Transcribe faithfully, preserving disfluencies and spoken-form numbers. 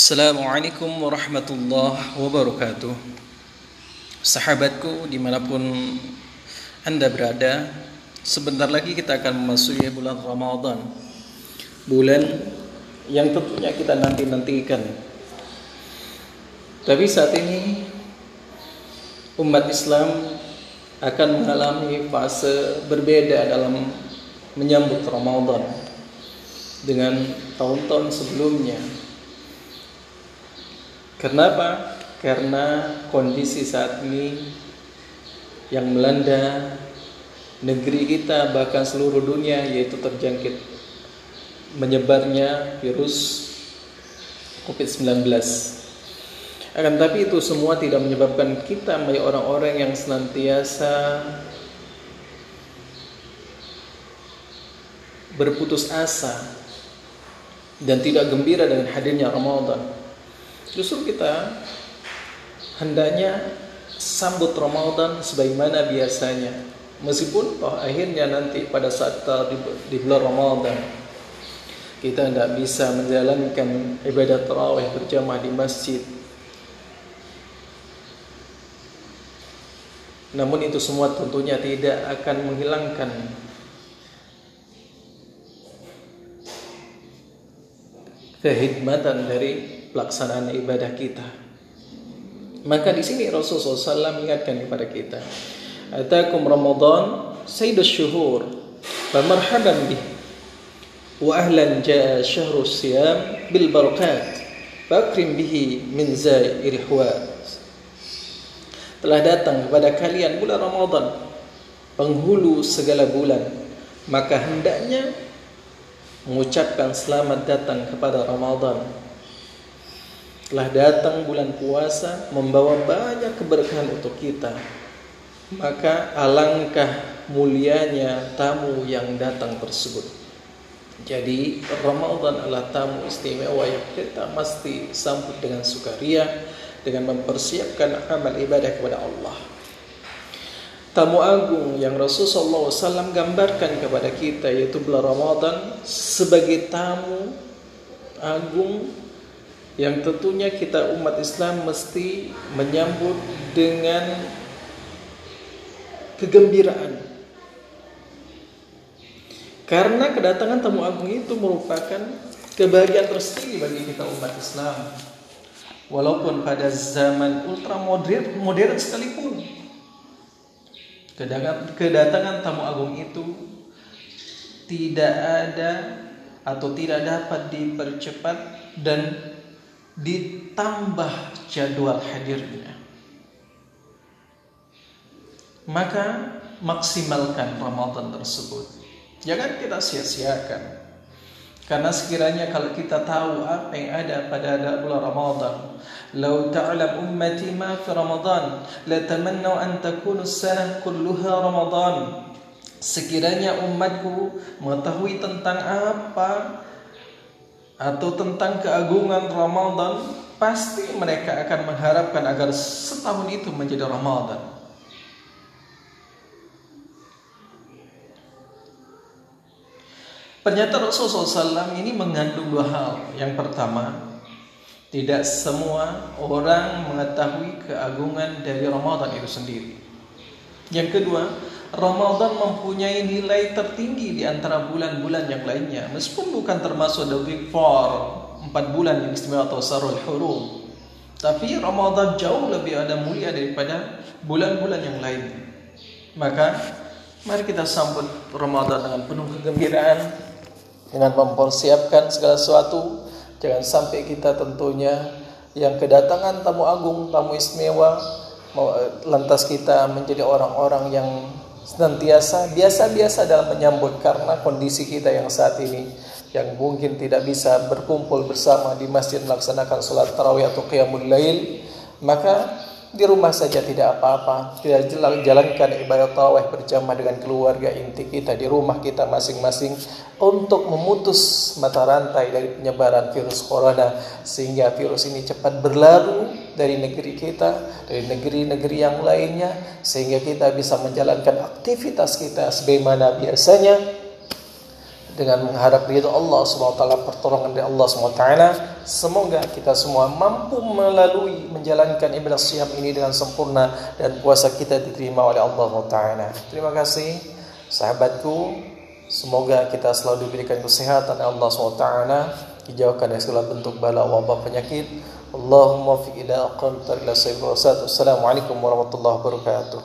Assalamualaikum warahmatullahi wabarakatuh. Sahabatku dimanapun Anda berada, sebentar lagi kita akan memasuki bulan Ramadan, bulan yang tentunya kita nanti-nantikan. Tapi saat ini umat Islam akan mengalami fase berbeda dalam menyambut Ramadan dengan tahun-tahun sebelumnya. Kenapa? Karena kondisi saat ini yang melanda negeri kita, bahkan seluruh dunia, yaitu terjangkit menyebarnya virus covid sembilan belas. Akan tapi itu semua tidak menyebabkan kita menjadi orang-orang yang senantiasa berputus asa dan tidak gembira dengan hadirnya Ramadan. Justru kita hendaknya sambut Ramadan sebagaimana biasanya, meskipun toh akhirnya nanti pada saat kita di bulan Ramadan kita tidak bisa menjalankan ibadah tarawih berjamaah di masjid. Namun itu semua tentunya tidak akan menghilangkan kehikmatan dari pelaksanaan ibadah kita. Maka di sini Rasulullah shallallahu alaihi wasallam mengingatkan kepada kita, "Atakum Ramadan sayyidus syuhur, fa marhaban bih, wa ahlan jaa syahrus siyam bil barakat, fa akrim bihi min zairi hwas." Telah datang kepada kalian bulan Ramadan, penghulu segala bulan, maka hendaknya mengucapkan selamat datang kepada Ramadan. Telah datang bulan puasa membawa banyak keberkahan untuk kita, maka alangkah mulianya tamu yang datang tersebut. Jadi Ramadan adalah tamu istimewa yang kita mesti sambut dengan sukaria, dengan mempersiapkan amal ibadah kepada Allah. Tamu agung yang Rasulullah shallallahu alaihi wasallam gambarkan kepada kita, yaitu bulan Ramadan sebagai tamu agung yang tentunya kita umat Islam mesti menyambut dengan kegembiraan. Karena kedatangan tamu agung itu merupakan kebahagiaan tersendiri bagi kita umat Islam. Walaupun pada zaman ultra modern, modern sekalipun, kedatangan, kedatangan tamu agung itu tidak ada atau tidak dapat dipercepat dan ditambah jadwal hadirnya. Maka maksimalkan Ramadan tersebut, jangan kita sia-siakan. Karena sekiranya kalau kita tahu apa yang ada pada bulan Ramadan, "Lau ta'lam ummati ma fi Ramadan, la tamannau an takuna as-sanah kulluha Ramadan." Sekiranya umatku mengetahui tentang apa atau tentang keagungan Ramadan, pasti mereka akan mengharapkan agar setahun itu menjadi Ramadan. Pernyataan Rasulullah shallallahu alaihi wasallam ini mengandung dua hal. Yang pertama, tidak semua orang mengetahui keagungan dari Ramadan itu sendiri. Yang kedua, Ramadan mempunyai nilai tertinggi di antara bulan-bulan yang lainnya, meskipun bukan termasuk the big four, empat bulan yang istimewa atau Sarul Hurum. Tapi Ramadan jauh lebih ada mulia daripada bulan-bulan yang lainnya. Maka mari kita sambut Ramadan dengan penuh kegembiraan, dengan mempersiapkan segala sesuatu. Jangan sampai kita tentunya yang kedatangan tamu agung, tamu istimewa, lantas kita menjadi orang-orang yang senantiasa biasa-biasa dalam menyambut, karena kondisi kita yang saat ini yang mungkin tidak bisa berkumpul bersama di masjid melaksanakan sholat tarawih atau qiyamul lail, maka di rumah saja tidak apa-apa. Kita jalankan ibadah tarawih berjamaah dengan keluarga inti kita di rumah kita masing-masing untuk memutus mata rantai dari penyebaran virus corona, sehingga virus ini cepat berlalu dari negeri kita, dari negeri-negeri yang lainnya, sehingga kita bisa menjalankan aktivitas kita sebagaimana biasanya dengan mengharap ridha Allah subhanahu wa taala, pertolongan dari Allah subhanahu wa taala. Semoga kita semua mampu melalui menjalankan ibadah siyam ini dengan sempurna dan puasa kita diterima oleh Allah subhanahu wa taala. Terima kasih sahabatku. Semoga kita selalu diberikan kesehatan oleh Allah subhanahu wa taala, dijauhkan dari segala bentuk bala wabah penyakit. Allahumma fi ila aqamta ila sayyidil wasat. Assalamualaikum warahmatullahi wabarakatuh.